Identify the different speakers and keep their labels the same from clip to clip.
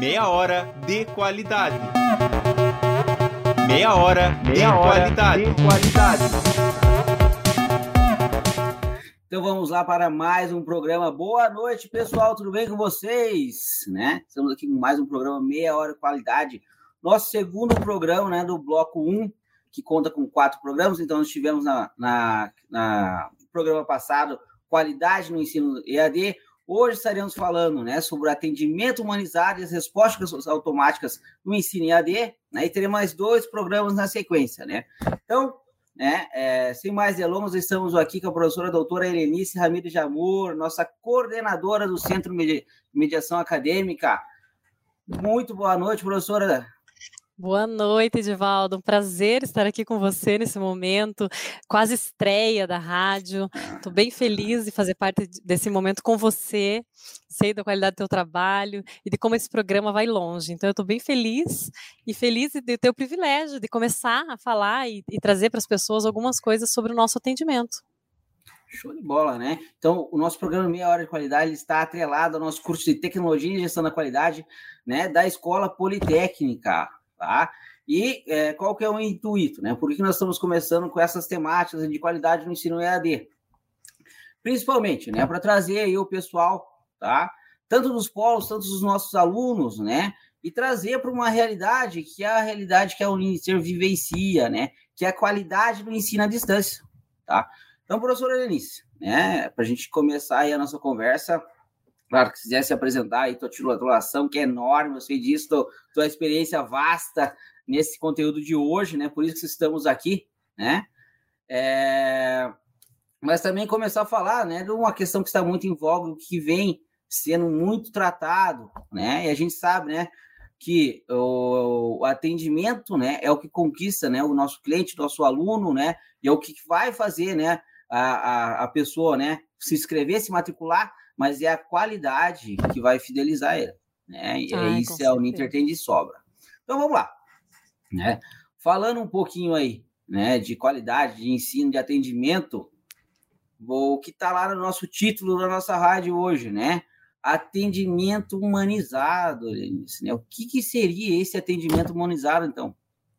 Speaker 1: Meia hora de qualidade. Meia hora de qualidade.
Speaker 2: Então vamos lá para mais um programa. Boa noite, pessoal, tudo bem com vocês? Estamos aqui com mais um programa Meia Hora de Qualidade. Nosso segundo programa, do bloco 1, que conta com 4 programas. Então nós tivemos no programa passado Qualidade no Ensino EAD. Hoje estaremos falando sobre o atendimento humanizado e as respostas automáticas no ensino EAD, e teremos mais 2 programas na sequência, Então, sem mais delongas, estamos aqui com a professora doutora Helenice Ramiro de Amor, nossa coordenadora do Centro de Mediação Acadêmica. Muito boa noite, professora.
Speaker 3: Boa noite, Edivaldo. Um prazer estar aqui com você nesse momento, quase estreia da rádio. Estou bem feliz de fazer parte desse momento com você. Sei da qualidade do teu trabalho e de como esse programa vai longe. Então, eu estou bem feliz de ter o privilégio de começar a falar e trazer para as pessoas algumas coisas sobre o nosso atendimento.
Speaker 2: Show de bola, Então, o nosso programa Meia Hora de Qualidade está atrelado ao nosso curso de Tecnologia e Gestão da Qualidade, da Escola Politécnica. Tá? E qual que é o intuito? Por que nós estamos começando com essas temáticas de qualidade no ensino EAD? Principalmente, para trazer aí o pessoal, tá? Tanto dos polos, tanto dos nossos alunos, e trazer para uma realidade que é a realidade que a Unicef vivencia, que é a qualidade do ensino à distância, tá? Então, professora Helenice, para a gente começar aí a nossa conversa, claro, que quiser se apresentar aí, tua titulação, que é enorme, eu sei disso, tua experiência vasta nesse conteúdo de hoje, por isso que estamos aqui, Mas também começar a falar, de uma questão que está muito em voga, que vem sendo muito tratado, E a gente sabe, que o atendimento, é o que conquista, o nosso cliente, o nosso aluno, e é o que vai fazer, a pessoa, se inscrever, se matricular, mas é a qualidade que vai fidelizar ele, E isso a Uninter tem de sobra. Então, vamos lá, Falando um pouquinho aí, de qualidade, de ensino, de atendimento, o que está lá no nosso título da nossa rádio hoje, Atendimento humanizado, Helenice, O que seria esse atendimento humanizado, então?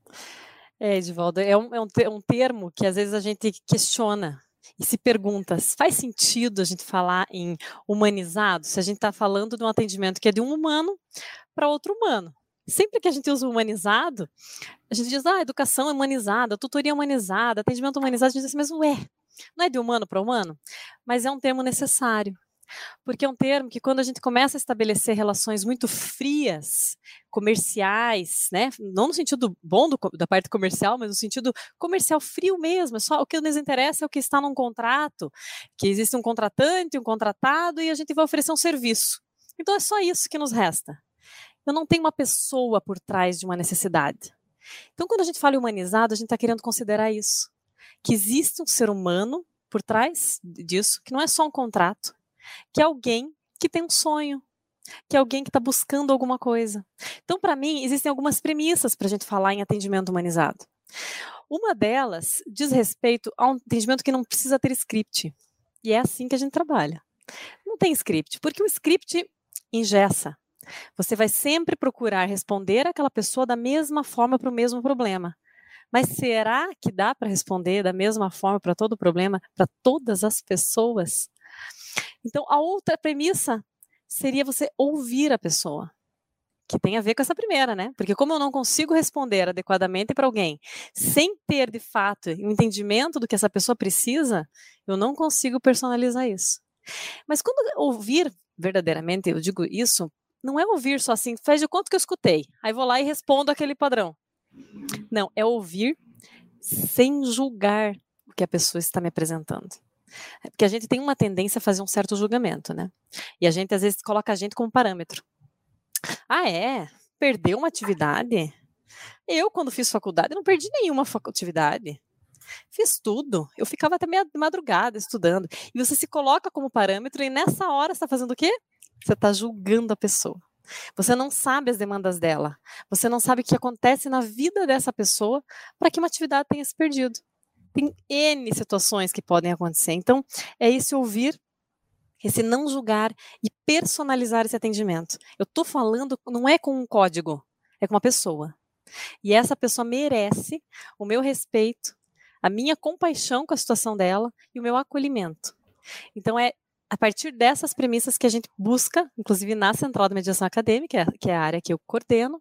Speaker 3: Edivaldo, é um termo que às vezes a gente questiona e se pergunta, faz sentido a gente falar em humanizado se a gente está falando de um atendimento que é de um humano para outro humano? Sempre que a gente usa humanizado, a gente diz, educação humanizada, tutoria humanizada, atendimento humanizado, a gente diz assim, mas não é de humano para humano? Mas é um termo necessário. Porque é um termo que quando a gente começa a estabelecer relações muito frias, comerciais, não no sentido bom da parte comercial, mas no sentido comercial frio mesmo, só o que nos interessa é o que está num contrato, que existe um contratante, um contratado e a gente vai oferecer um serviço. Então é só isso que nos resta. Eu não tenho uma pessoa por trás de uma necessidade. Então quando a gente fala em humanizado, a gente está querendo considerar isso, que existe um ser humano por trás disso, que não é só um contrato, que é alguém que tem um sonho, que é alguém que está buscando alguma coisa. Então, para mim, existem algumas premissas para a gente falar em atendimento humanizado. Uma delas diz respeito a um atendimento que não precisa ter script. E é assim que a gente trabalha. Não tem script, porque o script engessa. Você vai sempre procurar responder àquela pessoa da mesma forma para o mesmo problema. Mas será que dá para responder da mesma forma para todo problema, para todas as pessoas? Então, a outra premissa seria você ouvir a pessoa, que tem a ver com essa primeira, Porque como eu não consigo responder adequadamente para alguém, sem ter, de fato, um entendimento do que essa pessoa precisa, eu não consigo personalizar isso. Mas quando ouvir verdadeiramente, eu digo isso, não é ouvir só assim, faz de conta que eu escutei, aí vou lá e respondo aquele padrão. Não, é ouvir sem julgar o que a pessoa está me apresentando. Porque a gente tem uma tendência a fazer um certo julgamento, E a gente, às vezes, coloca a gente como parâmetro. Perdeu uma atividade? Eu, quando fiz faculdade, não perdi nenhuma atividade. Fiz tudo. Eu ficava até meia madrugada estudando. E você se coloca como parâmetro e nessa hora você está fazendo o quê? Você está julgando a pessoa. Você não sabe as demandas dela. Você não sabe o que acontece na vida dessa pessoa para que uma atividade tenha se perdido. Tem N situações que podem acontecer. Então, é esse ouvir esse não julgar e personalizar esse atendimento. Eu estou falando, não é com um código, é com uma pessoa. E essa pessoa merece o meu respeito, a minha compaixão com a situação dela e o meu acolhimento. Então, é a partir dessas premissas que a gente busca, inclusive na Central de Mediação Acadêmica, que é a área que eu coordeno,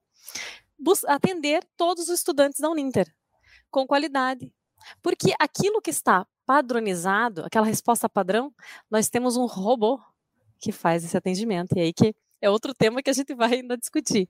Speaker 3: atender todos os estudantes da Uninter, com qualidade. Porque aquilo que está padronizado, aquela resposta padrão, nós temos um robô que faz esse atendimento. E aí que é outro tema que a gente vai ainda discutir.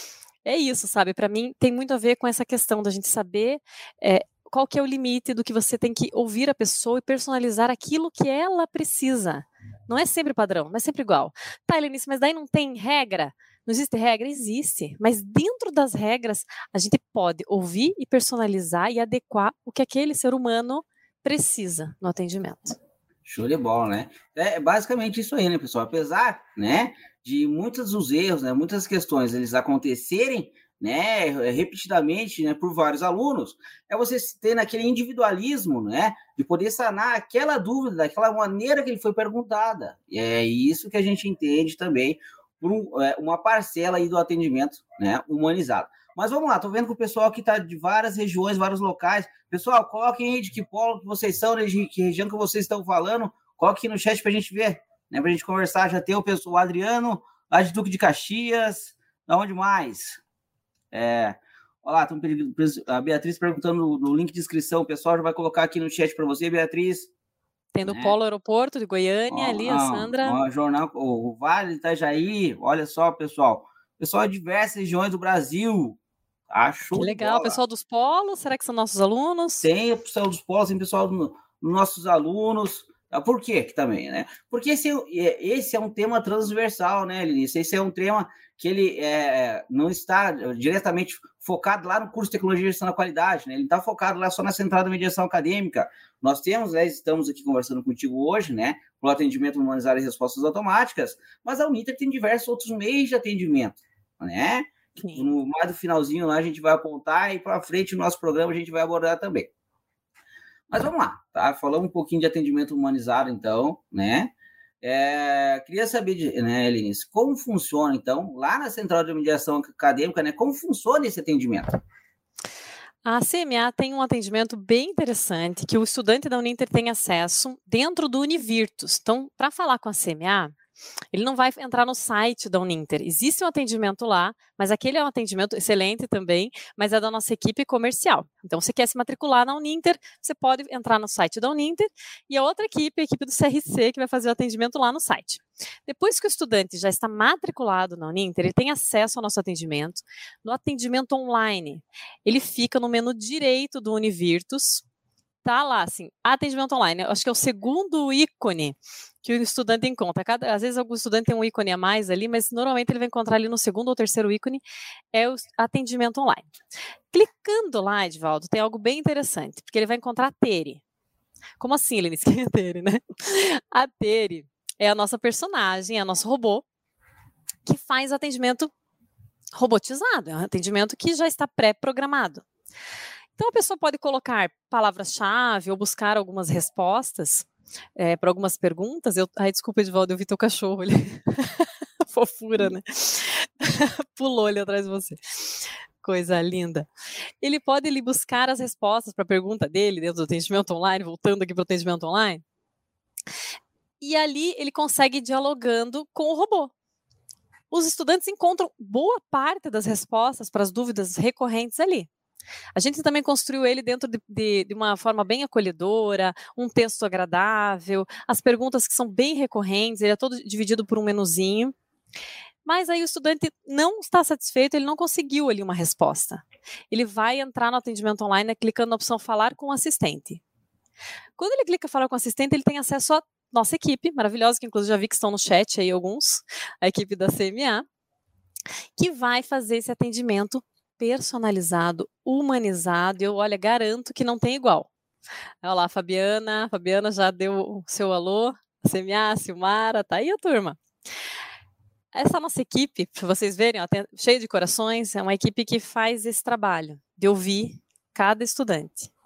Speaker 3: É isso, sabe? Para mim, tem muito a ver com essa questão da gente saber qual que é o limite do que você tem que ouvir a pessoa e personalizar aquilo que ela precisa. Não é sempre padrão, não é sempre igual. Tá, Helenice, mas daí não tem regra? Não existe regra? Existe. Mas dentro das regras, a gente pode ouvir e personalizar e adequar o que aquele ser humano precisa no atendimento.
Speaker 2: Show de bola, né? É basicamente isso aí, né, pessoal? Apesar, né, de muitos dos erros, né, muitas questões eles acontecerem, né, repetidamente, né, por vários alunos, é você ter naquele individualismo, né, de poder sanar aquela dúvida, daquela maneira que ele foi perguntada. E é isso que a gente entende também por uma parcela aí do atendimento, né, humanizado. Mas vamos lá, tô vendo que o pessoal aqui tá de várias regiões, vários locais. Pessoal, coloquem aí de que polo que vocês são, de que região que vocês estão falando, coloquem no chat pra gente ver, né, pra gente conversar. Já tem o pessoal, o Adriano, lá de Duque de Caxias, da onde mais? Olha lá, a Beatriz perguntando no link de inscrição, o pessoal já vai colocar aqui no chat para você, Beatriz.
Speaker 3: Tem do Polo Aeroporto de Goiânia, ali a Sandra.
Speaker 2: Jornal, o Vale Itajaí, olha só, pessoal de diversas regiões do Brasil. Acho
Speaker 3: que legal, o pessoal dos polos, será que são nossos alunos?
Speaker 2: Tem o pessoal dos polos, tem o pessoal dos nossos alunos. Por quê que também, né? Porque esse é um tema transversal, né, Linice? Esse é um tema que ele não está diretamente focado lá no curso de Tecnologia e Gestão da Qualidade, né? Ele está focado lá só na Central de Mediação Acadêmica. Nós temos, né, estamos aqui conversando contigo hoje, né, para o atendimento humanizado e respostas automáticas, mas a Uninter tem diversos outros meios de atendimento, né? No mais do finalzinho lá a gente vai apontar e para frente no nosso programa a gente vai abordar também. Mas vamos lá, tá? Falamos um pouquinho de atendimento humanizado, então, né? Queria saber, né, Helenice, como funciona, então, lá na Central de Mediação Acadêmica, né? Como funciona esse atendimento?
Speaker 3: A CMA tem um atendimento bem interessante que o estudante da Uninter tem acesso dentro do Univirtus. Então, para falar com a CMA, ele não vai entrar no site da Uninter. Existe um atendimento lá, mas aquele é um atendimento excelente também, mas é da nossa equipe comercial. Então, você quer se matricular na Uninter, você pode entrar no site da Uninter e a outra equipe, a equipe do CRC, que vai fazer o atendimento lá no site. Depois que o estudante já está matriculado na Uninter, ele tem acesso ao nosso atendimento. No atendimento online, ele fica no menu direito do Univirtus. Tá lá, assim, atendimento online. Eu acho que é o segundo ícone que o estudante encontra. Às vezes algum estudante tem um ícone a mais ali, mas normalmente ele vai encontrar ali no segundo ou terceiro ícone, é o atendimento online. Clicando lá, Edvaldo, tem algo bem interessante, porque ele vai encontrar a Tere. Como assim, Helenice? Quem é a Tere, né? A Tere é a nossa personagem, é o nosso robô, que faz o atendimento robotizado, é um atendimento que já está pré-programado. Então, a pessoa pode colocar palavras-chave ou buscar algumas respostas para algumas perguntas. Desculpa, Edvaldo, eu vi teu cachorro ali. Fofura, né? Pulou ali atrás de você. Coisa linda. Ele pode ali buscar as respostas para a pergunta dele dentro do atendimento online, voltando aqui para o atendimento online. E ali ele consegue ir dialogando com o robô. Os estudantes encontram boa parte das respostas para as dúvidas recorrentes ali. A gente também construiu ele dentro de uma forma bem acolhedora, um texto agradável, as perguntas que são bem recorrentes, ele é todo dividido por um menuzinho. Mas aí o estudante não está satisfeito, ele não conseguiu ali uma resposta. Ele vai entrar no atendimento online clicando na opção falar com o assistente. Quando ele clica falar com o assistente, ele tem acesso à nossa equipe maravilhosa, que inclusive já vi que estão no chat aí alguns, a equipe da CMA, que vai fazer esse atendimento personalizado, humanizado, e eu, garanto que não tem igual. Olha lá, a Fabiana já deu o seu alô, a CMA, a Silmara, tá aí a turma. Essa nossa equipe, para vocês verem, ó, cheia de corações, é uma equipe que faz esse trabalho de ouvir cada estudante,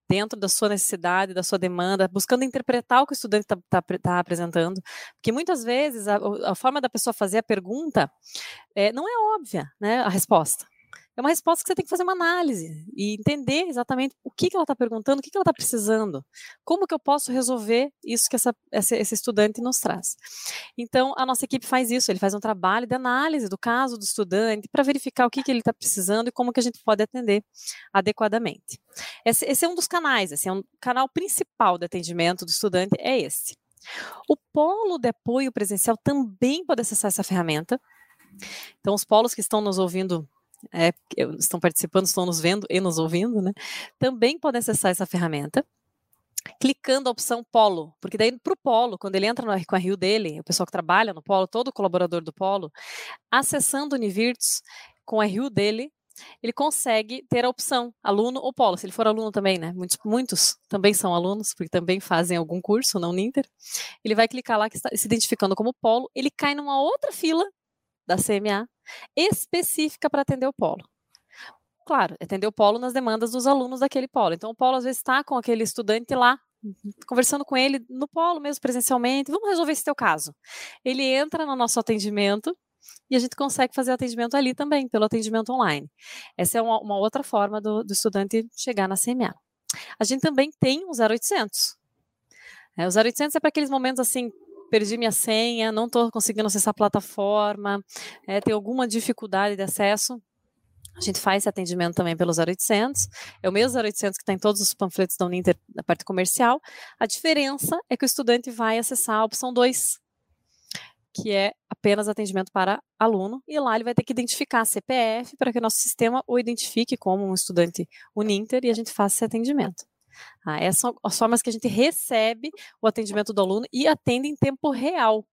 Speaker 3: dentro da sua necessidade, da sua demanda, buscando interpretar o que o estudante está apresentando, porque muitas vezes a forma da pessoa fazer a pergunta não é óbvia, né, a resposta. É uma resposta que você tem que fazer uma análise e entender exatamente o que ela está perguntando, o que ela está precisando, como que eu posso resolver isso que esse estudante nos traz. Então, a nossa equipe faz isso, ele faz um trabalho de análise do caso do estudante para verificar o que ele está precisando e como que a gente pode atender adequadamente. Esse é um dos canais, esse é um canal principal de atendimento do estudante, é esse. O polo de apoio presencial também pode acessar essa ferramenta. Então, os polos que estão nos ouvindo estão participando, estão nos vendo e nos ouvindo, né? Também podem acessar essa ferramenta, clicando a opção Polo, porque daí para o Polo, quando ele entra com a RU dele, o pessoal que trabalha no Polo, todo colaborador do Polo, acessando o Univirtus com a RU dele, ele consegue ter a opção aluno ou Polo, se ele for aluno também, né? Muitos também são alunos, porque também fazem algum curso na Uninter. Ele vai clicar lá que está se identificando como Polo, ele cai numa outra fila da CMA, específica para atender o polo. Claro, atender o polo nas demandas dos alunos daquele polo. Então, o polo às vezes está com aquele estudante lá, conversando com ele no polo mesmo, presencialmente, vamos resolver esse teu caso. Ele entra no nosso atendimento e a gente consegue fazer o atendimento ali também, pelo atendimento online. Essa é uma outra forma do estudante chegar na CMA. A gente também tem o 0800. O 0800 é para aqueles momentos assim, perdi minha senha, não estou conseguindo acessar a plataforma, tem alguma dificuldade de acesso, a gente faz esse atendimento também pelo 0800, é o mesmo 0800 que está em todos os panfletos da Uninter, da parte comercial, a diferença é que o estudante vai acessar a opção 2, que é apenas atendimento para aluno, e lá ele vai ter que identificar a CPF para que o nosso sistema o identifique como um estudante Uninter e a gente faça esse atendimento. Essas são as formas que a gente recebe o atendimento do aluno e atende em tempo real.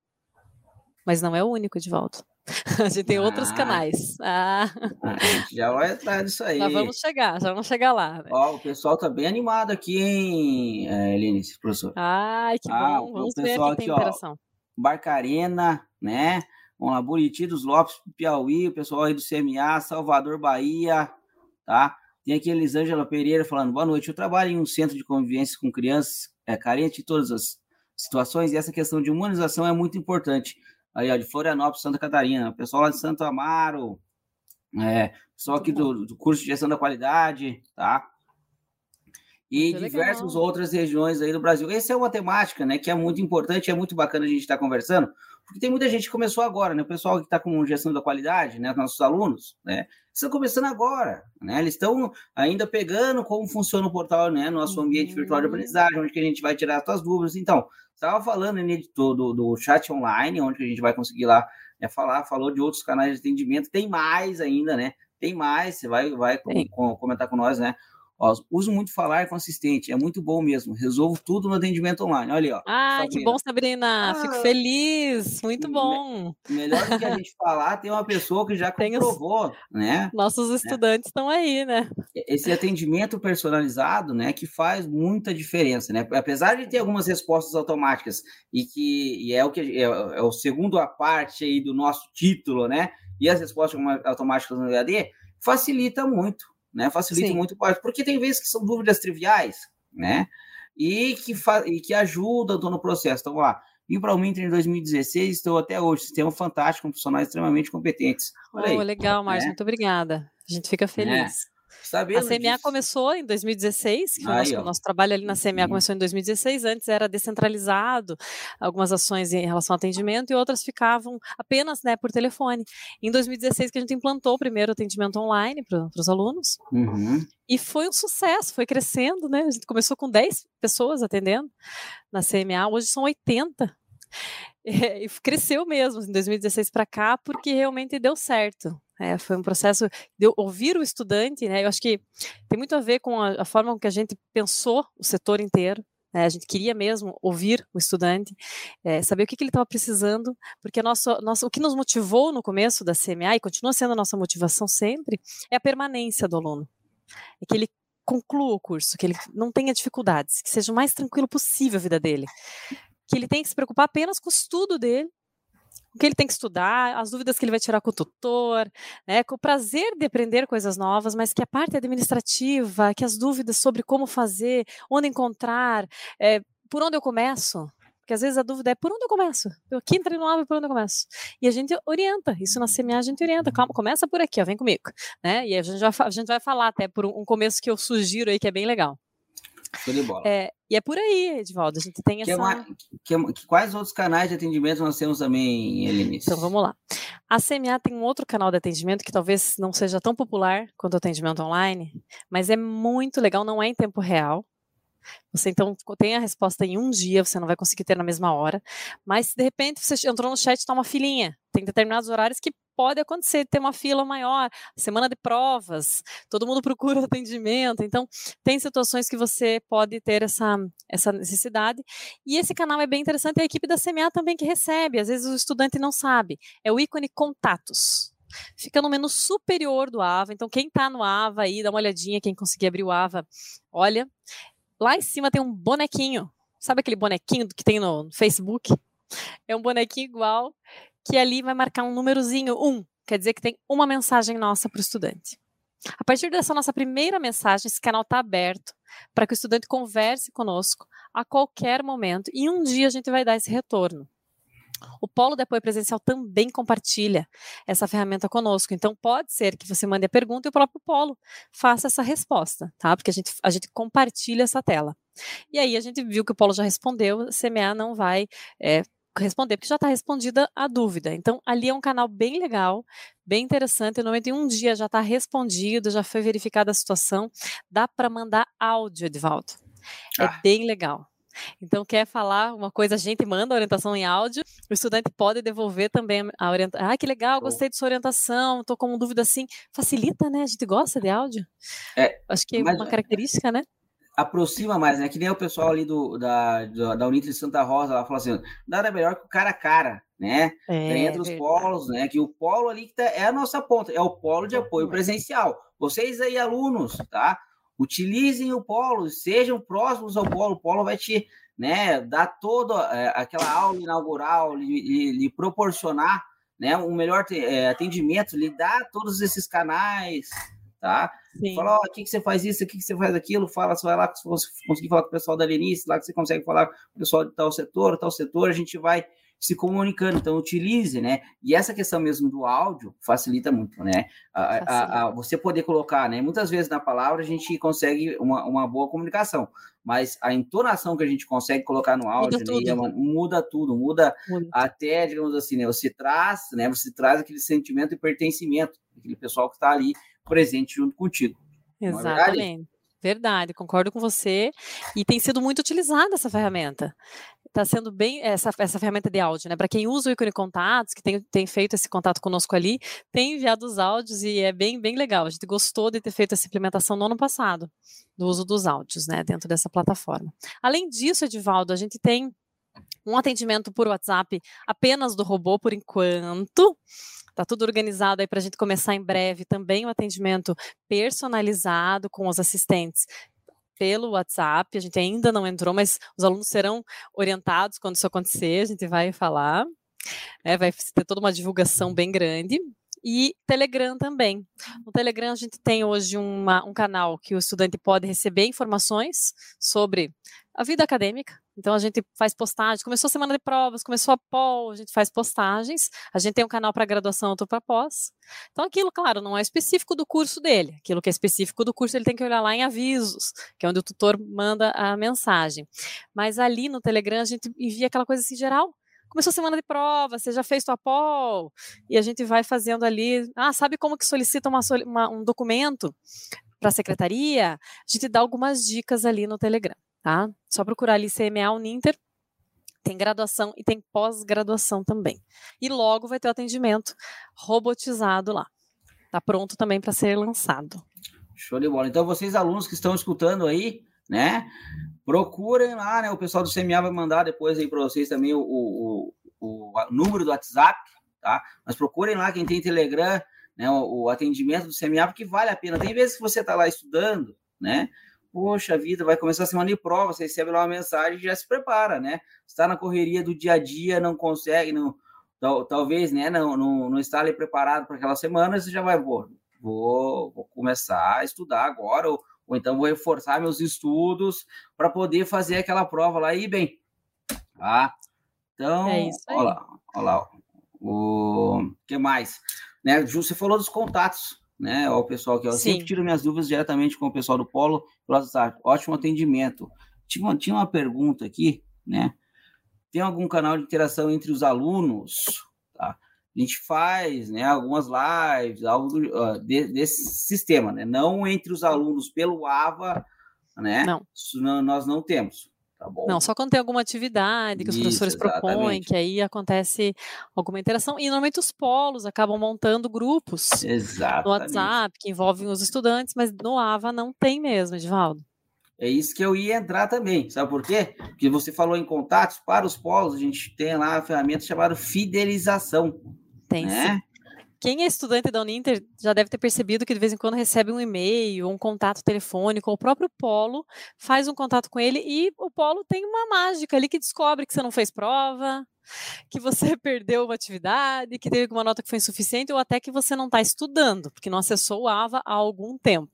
Speaker 3: Mas não é o único, Edivaldo. A gente tem outros canais.
Speaker 2: A gente já vai atrás disso aí.
Speaker 3: Já vamos chegar lá. Né?
Speaker 2: O pessoal tá bem animado aqui, hein, Eline, professor?
Speaker 3: Ai, que bom. Vamos ver que tem interação.
Speaker 2: Barcarena, né? Vamos lá, Buriti dos Lopes, Piauí, o pessoal aí do CMA, Salvador, Bahia, tá? Tem aqui a Elisângela Pereira falando, boa noite, eu trabalho em um centro de convivência com crianças carentes de todas as situações e essa questão de humanização é muito importante. Aí, ó, de Florianópolis, Santa Catarina, o pessoal lá de Santo Amaro, pessoal aqui do curso de gestão da qualidade, tá? E diversas outras regiões aí do Brasil. Essa é uma temática, né, que é muito importante, é muito bacana a gente estar conversando, porque tem muita gente que começou agora, né, o pessoal que está com gestão da qualidade, né, nossos alunos, né, estão começando agora, né, eles estão ainda pegando como funciona o portal, né, nosso ambiente virtual de aprendizagem, onde que a gente vai tirar as suas dúvidas. Então, estava falando do chat online, onde que a gente vai conseguir lá falou de outros canais de atendimento, tem mais ainda, né, tem mais, você vai comentar com nós, né. Uso muito falar consistente, é muito bom mesmo. Resolvo tudo no atendimento online. Olha aí, ó.
Speaker 3: Que bom, Sabrina. Fico feliz. Muito bom.
Speaker 2: Melhor do que a gente falar, tem uma pessoa que já comprovou, né?
Speaker 3: Nossos estudantes estão aí, né?
Speaker 2: Esse atendimento personalizado, né, que faz muita diferença, né? Apesar de ter algumas respostas automáticas e é o segundo a parte aí do nosso título, né? E as respostas automáticas no EAD facilita muito. Né, facilita muito, porque tem vezes que são dúvidas triviais, né, e que ajudam no processo. Então, vamos lá, vim para o Uninter em 2016, estou até hoje, sistema fantástico, com profissionais extremamente competentes.
Speaker 3: Legal, Márcio, muito obrigada, a gente fica feliz. A CMA começou em 2016, que foi o nosso trabalho ali na CMA começou em 2016, antes era descentralizado, algumas ações em relação ao atendimento e outras ficavam apenas, né, por telefone. Em 2016 que a gente implantou o primeiro atendimento online para os alunos, e foi um sucesso, foi crescendo, né, a gente começou com 10 pessoas atendendo na CMA, hoje são 80. E cresceu mesmo em 2016 para cá, porque realmente deu certo. Foi um processo de ouvir o estudante, né? Eu acho que tem muito a ver com a forma com que a gente pensou o setor inteiro. Né? A gente queria mesmo ouvir o estudante, saber o que ele estava precisando, porque o que nos motivou no começo da CMA, e continua sendo a nossa motivação sempre, é a permanência do aluno. É que ele conclua o curso, que ele não tenha dificuldades, que seja o mais tranquilo possível a vida dele. Que ele tem que se preocupar apenas com o estudo dele o que ele tem que estudar, as dúvidas que ele vai tirar com o tutor, né, com o prazer de aprender coisas novas, mas que a parte administrativa, que as dúvidas sobre como fazer, onde encontrar, por onde eu começo. Porque às vezes a dúvida é por onde eu começo? Eu aqui entrei no Ava, por onde eu começo? E a gente orienta, isso na CMA a gente orienta, calma, começa por aqui, ó, vem comigo. Né? E a gente vai falar até por um começo que eu sugiro aí, que é bem legal.
Speaker 2: Show de bola.
Speaker 3: E é por aí, Edvaldo, a gente tem
Speaker 2: quais outros canais de atendimento nós temos também, Helenice?
Speaker 3: Então vamos lá. A CMA tem um outro canal de atendimento que talvez não seja tão popular quanto o atendimento online, mas é muito legal, não é em tempo real. Você então tem a resposta em um dia, você não vai conseguir ter na mesma hora, mas se de repente você entrou no chat e está uma filinha, tem determinados horários que pode acontecer, ter uma fila maior, semana de provas, todo mundo procura atendimento, então tem situações que você pode ter essa necessidade, e esse canal é bem interessante, a equipe da CMA também que recebe, às vezes o estudante não sabe, é o ícone contatos. Fica no menu superior do AVA, então quem está no AVA aí, dá uma olhadinha, quem conseguir abrir o AVA, olha, lá em cima tem um bonequinho. Sabe aquele bonequinho que tem no Facebook? É um bonequinho igual, que ali vai marcar um númerozinho 1. Quer dizer que tem uma mensagem nossa para o estudante. A partir dessa nossa primeira mensagem, esse canal está aberto para que o estudante converse conosco a qualquer momento. E um dia a gente vai dar esse retorno. O Polo de Apoio Presencial também compartilha essa ferramenta conosco. Então, pode ser que você mande a pergunta e o próprio Polo faça essa resposta, tá? Porque a gente compartilha essa tela. E aí, a gente viu que o Polo já respondeu, a CMA não vai responder, porque já está respondida a dúvida. Então, ali é um canal bem legal, bem interessante. Normalmente, em um dia já está respondido, já foi verificada a situação. Dá para mandar áudio, Edvaldo. É bem legal. Então, quer falar uma coisa, a gente manda a orientação em áudio, o estudante pode devolver também a orientação. Ah, que legal, gostei de sua orientação, estou com uma dúvida assim. Facilita, né? A gente gosta de áudio. Acho que é uma característica, né?
Speaker 2: Aproxima mais, né? Que nem o pessoal ali da Unitri Santa Rosa, lá fala assim, nada melhor que o cara a cara, né? Entre os polos, né? Que o polo ali que é a nossa ponta, é o polo de apoio presencial. Vocês aí, alunos, tá? Utilizem o polo, sejam próximos ao polo, o polo vai te, né, dar toda aquela aula inaugural, lhe proporcionar, né, um melhor atendimento, lhe dar todos esses canais, tá? Sim. Fala, o que você faz isso, o que você faz aquilo, fala, você vai lá, se você conseguir falar com o pessoal da Lenice, lá que você consegue falar com o pessoal de tal setor, a gente vai se comunicando, então utilize, né? E essa questão mesmo do áudio facilita muito, né? Você poder colocar, né? Muitas vezes na palavra a gente consegue uma boa comunicação, mas a entonação que a gente consegue colocar no áudio muda tudo, muda até, digamos assim, né? Você traz aquele sentimento de pertencimento, aquele pessoal que está ali presente junto contigo.
Speaker 3: Exatamente. Verdade, concordo com você. E tem sido muito utilizada essa ferramenta. Está sendo bem essa ferramenta de áudio, né? Para quem usa o ícone contatos, que tem feito esse contato conosco ali, tem enviado os áudios e é bem, bem legal. A gente gostou de ter feito essa implementação no ano passado, do uso dos áudios, né? Dentro dessa plataforma. Além disso, Edvaldo, a gente tem um atendimento por WhatsApp apenas do robô por enquanto. Está tudo organizado aí para a gente começar em breve também o atendimento personalizado com os assistentes pelo WhatsApp. A gente ainda não entrou, mas os alunos serão orientados quando isso acontecer, a gente vai falar, né, vai ter toda uma divulgação bem grande. E Telegram também. No Telegram a gente tem hoje um canal que o estudante pode receber informações sobre a vida acadêmica. Então a gente faz postagens, começou a semana de provas, começou a POL, a gente faz postagens, a gente tem um canal para graduação, outro para pós. Então aquilo, claro, não é específico do curso dele, aquilo que é específico do curso ele tem que olhar lá em avisos, que é onde o tutor manda a mensagem. Mas ali no Telegram a gente envia aquela coisa assim geral. Começou a semana de prova, você já fez tua POL, e a gente vai fazendo ali, sabe como que solicita um documento para a secretaria? A gente dá algumas dicas ali no Telegram, tá? Só procurar ali CMA Uninter, tem graduação e tem pós-graduação também. E logo vai ter o atendimento robotizado lá. Tá pronto também para ser lançado.
Speaker 2: Show de bola. Então, vocês alunos que estão escutando aí, né? Procurem lá, né? O pessoal do CMA vai mandar depois aí para vocês também o número do WhatsApp, tá? Mas procurem lá quem tem Telegram, né? O atendimento do CMA, porque vale a pena. Tem vezes que você está lá estudando, né? Poxa vida, vai começar a semana de prova, você recebe lá uma mensagem e já se prepara, né? Está na correria do dia a dia, não consegue, não talvez, né, não está ali preparado para aquela semana, você já vai, vou começar a estudar agora, ou então vou reforçar meus estudos para poder fazer aquela prova lá e ir bem. Tá? Então,
Speaker 3: É isso aí.
Speaker 2: olha lá. O que mais? Né, Ju, você falou dos contatos, né? O pessoal que eu sempre tiro minhas dúvidas diretamente com o pessoal do Polo. Ótimo atendimento. Tinha uma pergunta aqui, né? Tem algum canal de interação entre os alunos? Tá? A gente faz, né, algumas lives, algo desse sistema, né? Não entre os alunos pelo AVA, né?
Speaker 3: Não.
Speaker 2: Nós não temos. Tá bom.
Speaker 3: Não, só quando tem alguma atividade que os professores propõem, que aí acontece alguma interação. E normalmente os polos acabam montando grupos no WhatsApp que envolvem os estudantes, mas no AVA não tem mesmo, Edivaldo.
Speaker 2: É isso que eu ia entrar também, sabe por quê? Porque você falou em contatos para os polos, a gente tem lá a ferramenta chamada fidelização.
Speaker 3: Tem,
Speaker 2: né?
Speaker 3: sim. Quem é estudante da Uninter já deve ter percebido que de vez em quando recebe um e-mail, um contato telefônico, o próprio Polo faz um contato com ele e o Polo tem uma mágica ali que descobre que você não fez prova, que você perdeu uma atividade, que teve uma nota que foi insuficiente ou até que você não está estudando, porque não acessou o AVA há algum tempo.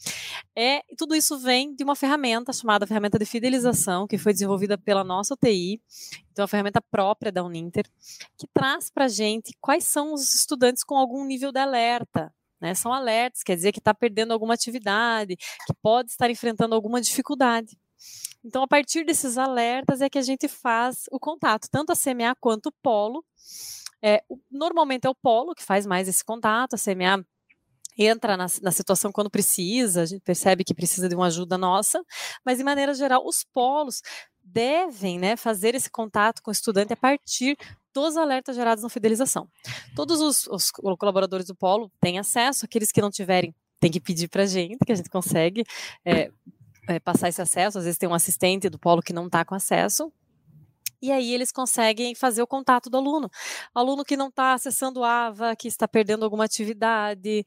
Speaker 3: Tudo isso vem de uma ferramenta chamada ferramenta de fidelização, que foi desenvolvida pela nossa UTI, então é uma ferramenta própria da Uninter, que traz para a gente quais são os estudantes com algum nível de alerta. Né? São alertas, quer dizer que está perdendo alguma atividade, que pode estar enfrentando alguma dificuldade. Então, a partir desses alertas é que a gente faz o contato, tanto a CMA quanto o Polo. Normalmente é o Polo que faz mais esse contato, a CMA entra na situação quando precisa, a gente percebe que precisa de uma ajuda nossa, mas de maneira geral os polos devem, né, fazer esse contato com o estudante a partir dos alertas gerados na fidelização. Todos os colaboradores do polo têm acesso, aqueles que não tiverem tem que pedir para a gente, que a gente consegue passar esse acesso, às vezes tem um assistente do polo que não está com acesso, e aí eles conseguem fazer o contato do aluno. Aluno que não está acessando o AVA, que está perdendo alguma atividade,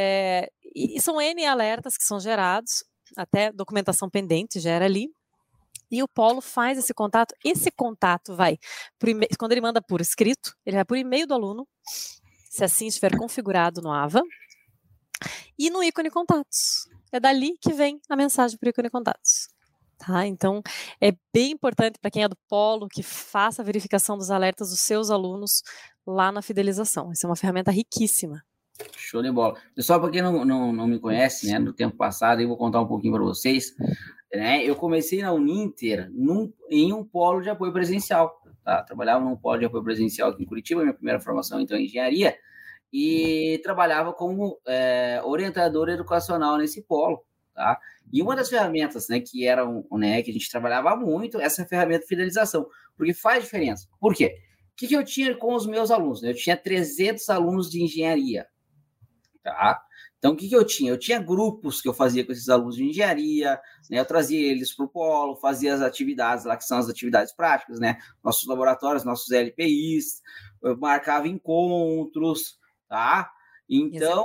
Speaker 3: e são N alertas que são gerados, até documentação pendente gera ali, e o Polo faz esse contato vai, quando ele manda por escrito, ele vai por e-mail do aluno, se assim estiver configurado no AVA, e no ícone contatos. É dali que vem a mensagem para o ícone contatos. Tá? Então, é bem importante para quem é do Polo que faça a verificação dos alertas dos seus alunos lá na fidelização. Essa é uma ferramenta riquíssima.
Speaker 2: Show de bola. Pessoal, para quem não me conhece, né, no tempo passado, eu vou contar um pouquinho para vocês. Né, eu comecei na Uninter em um polo de apoio presencial. Tá? Trabalhava num polo de apoio presencial aqui em Curitiba, minha primeira formação então em engenharia, e trabalhava como orientador educacional nesse polo. Tá? E uma das ferramentas, né, que a gente trabalhava muito, essa ferramenta de fidelização, porque faz diferença. Por quê? O que eu tinha com os meus alunos? Eu tinha 300 alunos de engenharia. Tá? Então, o que eu tinha? Eu tinha grupos que eu fazia com esses alunos de engenharia, né? Eu trazia eles para o polo, fazia as atividades lá, que são as atividades práticas, né? Nossos laboratórios, nossos LPIs, eu marcava encontros, tá? Então,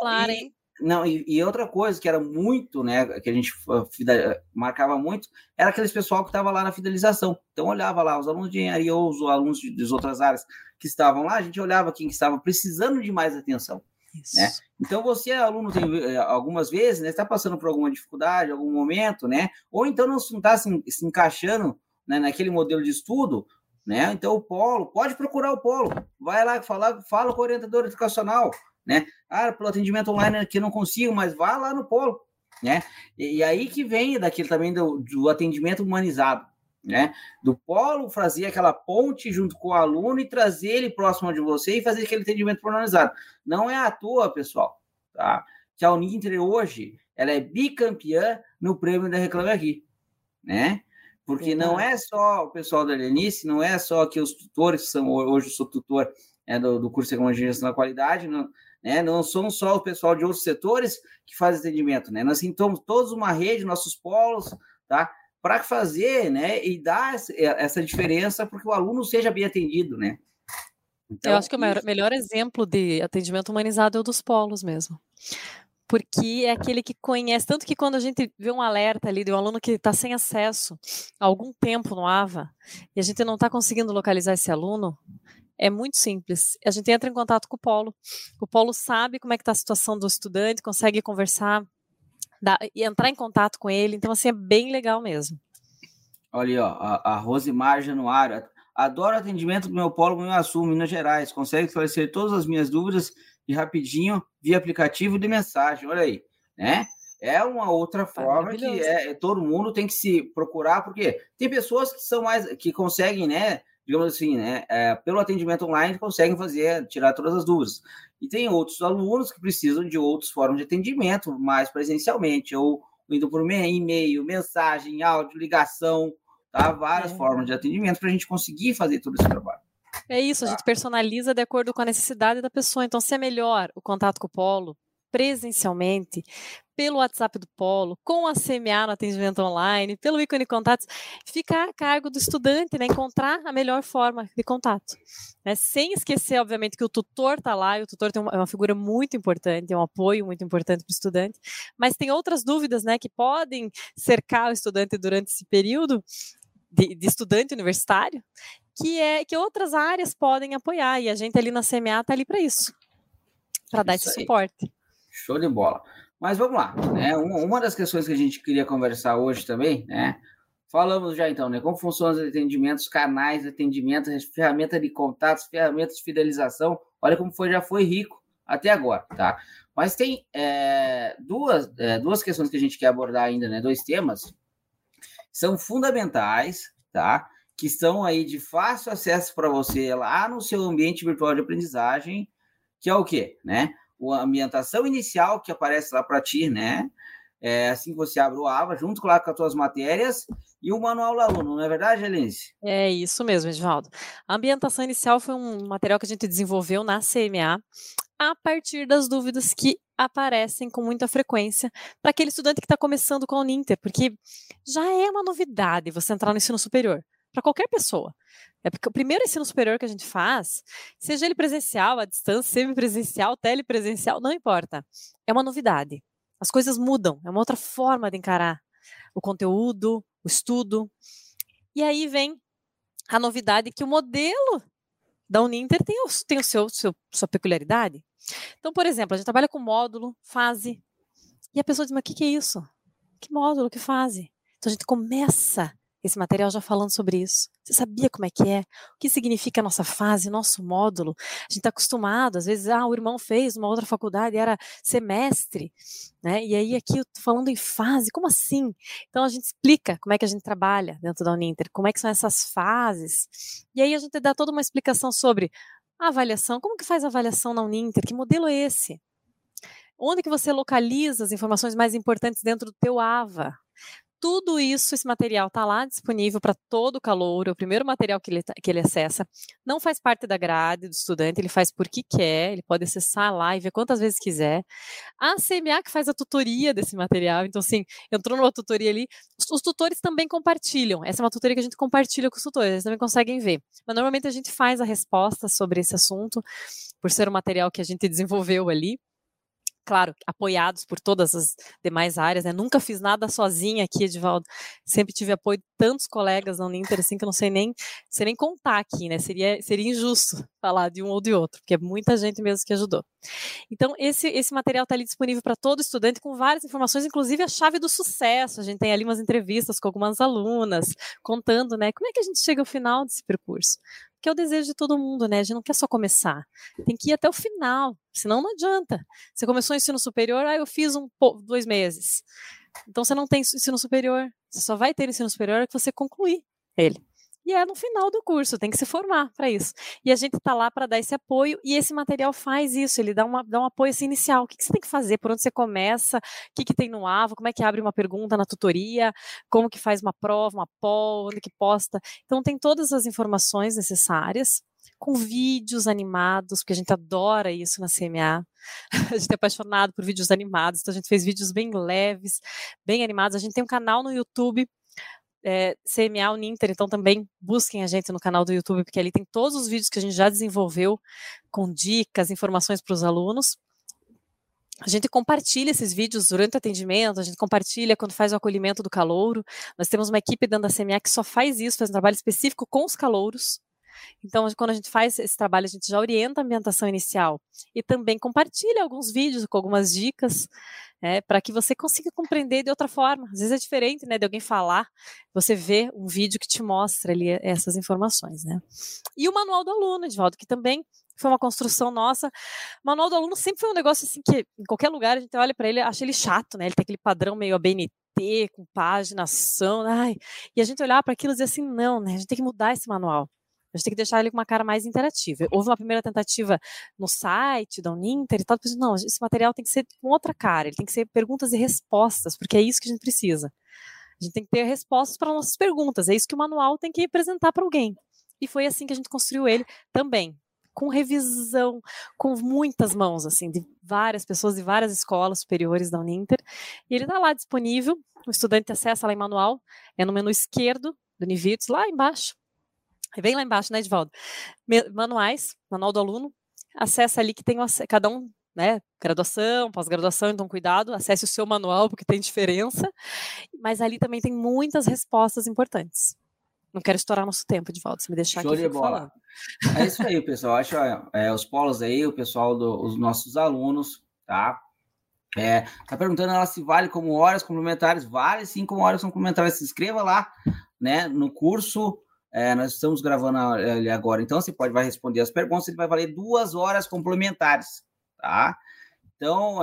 Speaker 2: e outra coisa que era muito, né, que a gente marcava muito, era aqueles pessoal que estava lá na fidelização. Então, olhava lá os alunos de engenharia ou os alunos das outras áreas que estavam lá, a gente olhava quem que estava precisando de mais atenção. Né? Então, você, aluno, tem, algumas vezes, né, está passando por alguma dificuldade, algum momento, né? Ou então não está se encaixando, né, naquele modelo de estudo, né? Então, o polo, pode procurar o polo, vai lá, fala com o orientador educacional, né? Pelo atendimento online aqui eu não consigo, mas vá lá no polo, né? E aí que vem daquilo também do atendimento humanizado, né? Do polo fazer aquela ponte junto com o aluno e trazer ele próximo de você e fazer aquele atendimento personalizado. Não é à toa, pessoal, tá? Que a Uninter hoje, ela é bicampeã no prêmio da Reclame Aqui, né? Porque não é só o pessoal da Lenice, não é só que os tutores que são, hoje eu sou tutor do curso de Tecnologia e Gestão da Qualidade, não são só o pessoal de outros setores que faz atendimento, né? Nós temos todos uma rede, nossos polos, tá? Para fazer, né, e dar essa diferença para que o aluno seja bem atendido, né? Então,
Speaker 3: eu acho que o melhor exemplo de atendimento humanizado é o dos polos mesmo. Porque é aquele que conhece, tanto que quando a gente vê um alerta ali de um aluno que está sem acesso há algum tempo no AVA, e a gente não está conseguindo localizar esse aluno, É muito simples. A gente entra em contato com o polo sabe como é que está a situação do estudante, consegue conversar e entrar em contato com ele, então assim, é bem legal mesmo.
Speaker 2: Olha aí, ó, a Rosimar Januário, adoro o atendimento do meu polo em Açu, Minas Gerais, consegue esclarecer todas as minhas dúvidas e rapidinho via aplicativo de mensagem, olha aí, né? É uma outra forma que todo mundo tem que se procurar, porque tem pessoas que são que conseguem, né, digamos assim, né, pelo atendimento online conseguem tirar todas as dúvidas. E tem outros alunos que precisam de outras formas de atendimento, mais presencialmente, ou indo por e-mail, mensagem, áudio, ligação, tá? Várias formas de atendimento para a gente conseguir fazer todo esse trabalho.
Speaker 3: É isso, a gente personaliza de acordo com a necessidade da pessoa. Então, se é melhor o contato com o polo presencialmente, pelo WhatsApp do polo, com a CMA no atendimento online, pelo ícone contatos, fica a cargo do estudante, né, encontrar a melhor forma de contato. Né, sem esquecer, obviamente, que o tutor está lá, e o tutor é uma figura muito importante, é um apoio muito importante para o estudante, mas tem outras dúvidas, né, que podem cercar o estudante durante esse período de estudante universitário, que outras áreas podem apoiar, e a gente ali na CMA está ali para isso, para dar esse suporte.
Speaker 2: Show de bola. Mas vamos lá, né? Uma das questões que a gente queria conversar hoje também, né? Falamos já então, né? Como funcionam os atendimentos, canais de atendimento, ferramenta de contatos, ferramentas de fidelização. Olha como já foi rico até agora, tá? Mas tem duas questões que a gente quer abordar ainda, né? 2 temas são fundamentais, tá? Que estão aí de fácil acesso para você lá no seu ambiente virtual de aprendizagem, que é o quê, né? A ambientação inicial que aparece lá para ti, né? Assim que você abre o AVA, junto com as tuas matérias, e o manual do aluno, não é verdade, Alice?
Speaker 3: É isso mesmo, Edvaldo. A ambientação inicial foi um material que a gente desenvolveu na CMA a partir das dúvidas que aparecem com muita frequência para aquele estudante que está começando com a Uninter, porque já é uma novidade você entrar no ensino superior, para qualquer pessoa. É porque o primeiro ensino superior que a gente faz, seja ele presencial, à distância, semipresencial, telepresencial, não importa. É uma novidade. As coisas mudam, é uma outra forma de encarar o conteúdo, o estudo. E aí vem a novidade que o modelo da Uninter tem sua peculiaridade. Então, por exemplo, a gente trabalha com módulo, fase, e a pessoa diz, mas o que é isso? Que módulo, que fase? Então a gente começa esse material já falando sobre isso. Você sabia como é que é? O que significa a nossa fase, nosso módulo? A gente está acostumado, às vezes, o irmão fez uma outra faculdade, era semestre, né? E aí aqui eu tô falando em fase, como assim? Então a gente explica como é que a gente trabalha dentro da Uninter, como é que são essas fases. E aí a gente dá toda uma explicação sobre a avaliação, como que faz a avaliação na Uninter, que modelo é esse? Onde que você localiza as informações mais importantes dentro do teu AVA? Tudo isso, esse material está lá disponível para todo o calouro, é o primeiro material que ele acessa. Não faz parte da grade do estudante, ele faz porque quer, ele pode acessar lá e ver quantas vezes quiser. A CMA que faz a tutoria desse material, então assim, entrou numa tutoria ali, os tutores também compartilham, essa é uma tutoria que a gente compartilha com os tutores, eles também conseguem ver. Mas normalmente a gente faz a resposta sobre esse assunto, por ser um material que a gente desenvolveu ali. Claro, apoiados por todas as demais áreas, né? Nunca fiz nada sozinha aqui, Edvaldo. Sempre tive apoio de tantos colegas na Uninter, assim, que eu não sei nem contar aqui, né? Seria injusto falar de um ou de outro, porque é muita gente mesmo que ajudou. Então, esse material está ali disponível para todo estudante, com várias informações, inclusive a chave do sucesso. A gente tem ali umas entrevistas com algumas alunas, contando, né? Como é que a gente chega ao final desse percurso? Que é o desejo de todo mundo, né? A gente não quer só começar, tem que ir até o final, senão não adianta. Você começou o ensino superior, eu fiz 2 meses. Então você não tem ensino superior, você só vai ter ensino superior que você concluir ele. E é no final do curso, tem que se formar para isso. E a gente está lá para dar esse apoio, e esse material faz isso, ele dá um apoio assim, inicial. O que você tem que fazer, por onde você começa, o que tem no AVA, como é que abre uma pergunta na tutoria, como que faz uma prova, uma poll, onde que posta. Então tem todas as informações necessárias, com vídeos animados, porque a gente adora isso na CMA. A gente é apaixonado por vídeos animados, então a gente fez vídeos bem leves, bem animados. A gente tem um canal no YouTube, CMA Uninter, então também busquem a gente no canal do YouTube, porque ali tem todos os vídeos que a gente já desenvolveu, com dicas, informações para os alunos. A gente compartilha esses vídeos durante o atendimento, a gente compartilha quando faz o acolhimento do calouro. Nós temos uma equipe dentro da CMA que só faz isso, faz um trabalho específico com os calouros, Então, quando a gente faz esse trabalho, a gente já orienta a ambientação inicial e também compartilha alguns vídeos com algumas dicas, para que você consiga compreender de outra forma. Às vezes é diferente, né, de alguém falar, você vê um vídeo que te mostra ali essas informações, né? E o manual do aluno, Edivaldo, que também foi uma construção nossa. O manual do aluno sempre foi um negócio assim que, em qualquer lugar, a gente olha para ele, acha ele chato, né? Ele tem aquele padrão meio ABNT, com paginação, e a gente olhava para aquilo e dizia assim, não, né? A gente tem que mudar esse manual. A gente tem que deixar ele com uma cara mais interativa. Houve uma primeira tentativa no site da Uninter e tal, depois, não, esse material tem que ser com outra cara, ele tem que ser perguntas e respostas, porque é isso que a gente precisa. A gente tem que ter respostas para nossas perguntas, é isso que o manual tem que apresentar para alguém. E foi assim que a gente construiu ele também, com revisão, com muitas mãos, assim, de várias pessoas de várias escolas superiores da Uninter. E ele está lá disponível, o estudante acessa lá em manual, é no menu esquerdo do Univirtus, lá embaixo. É bem lá embaixo, né, Edivaldo? Manuais, manual do aluno, acessa ali que tem cada um, né, graduação, pós-graduação, então cuidado, acesse o seu manual, porque tem diferença, mas ali também tem muitas respostas importantes. Não quero estourar nosso tempo, Edivaldo, se me deixar
Speaker 2: Show
Speaker 3: aqui,
Speaker 2: de bola. Falando. É isso aí, pessoal, acho os polos aí, o pessoal os nossos alunos, tá? Tá perguntando ela se vale como horas complementares, vale sim como horas complementares, se inscreva lá, né, no curso. Nós estamos gravando ali agora, então você vai responder as perguntas, ele vai valer 2 horas complementares, tá? Então,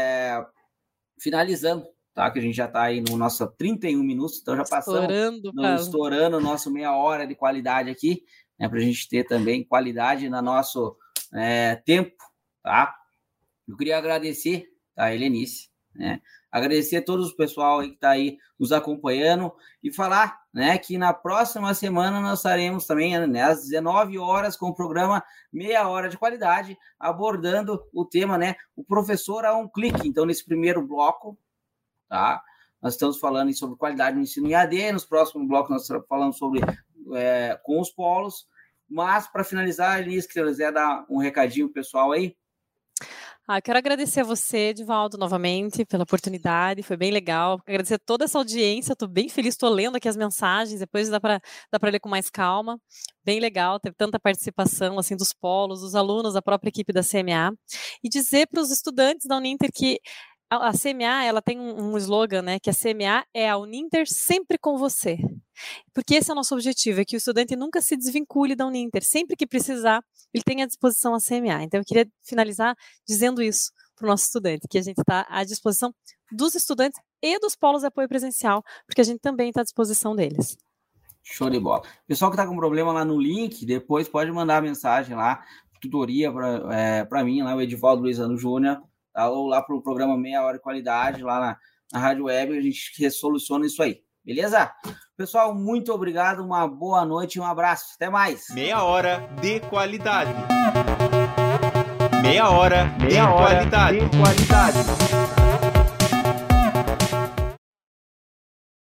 Speaker 2: finalizando, tá? Que a gente já está aí no nosso 31 minutos, então já passamos estourando o nosso meia hora de qualidade aqui, né? Para a gente ter também qualidade no nosso tempo, tá? Eu queria agradecer a Helenice, né? Agradecer a todos o pessoal aí que está aí nos acompanhando e falar, né, que na próxima semana nós estaremos também, né, às 19 horas com o programa Meia Hora de Qualidade, abordando o tema, né, o professor a um clique. Então, nesse primeiro bloco, tá, nós estamos falando sobre qualidade no ensino EAD, nos próximos blocos nós estamos falando sobre com os polos, mas para finalizar, Elis, se quiser dar um recadinho pessoal aí.
Speaker 3: Quero agradecer a você, Edivaldo, novamente, pela oportunidade, foi bem legal. Agradecer a toda essa audiência, estou bem feliz, estou lendo aqui as mensagens, depois dá para ler com mais calma. Bem legal, teve tanta participação assim, dos polos, dos alunos, da própria equipe da CMA. E dizer para os estudantes da Uninter que a CMA ela tem um slogan, né, que a CMA é a Uninter sempre com você. Porque esse é o nosso objetivo, é que o estudante nunca se desvincule da Uninter. Sempre que precisar, ele tem à disposição a CMA. Então, eu queria finalizar dizendo isso para o nosso estudante, que a gente está à disposição dos estudantes e dos polos de apoio presencial, porque a gente também está à disposição deles.
Speaker 2: Show de bola. Pessoal que está com problema lá no link, depois pode mandar a mensagem lá, tutoria para mim, lá o Edivaldo Luizano Júnior, tá? Ou lá para o programa Meia Hora de Qualidade, lá na Rádio Web, a gente resoluciona isso aí. Beleza? Pessoal, muito obrigado, uma boa noite e um abraço. Até mais.
Speaker 1: Meia Hora de Qualidade. Meia Hora de Qualidade.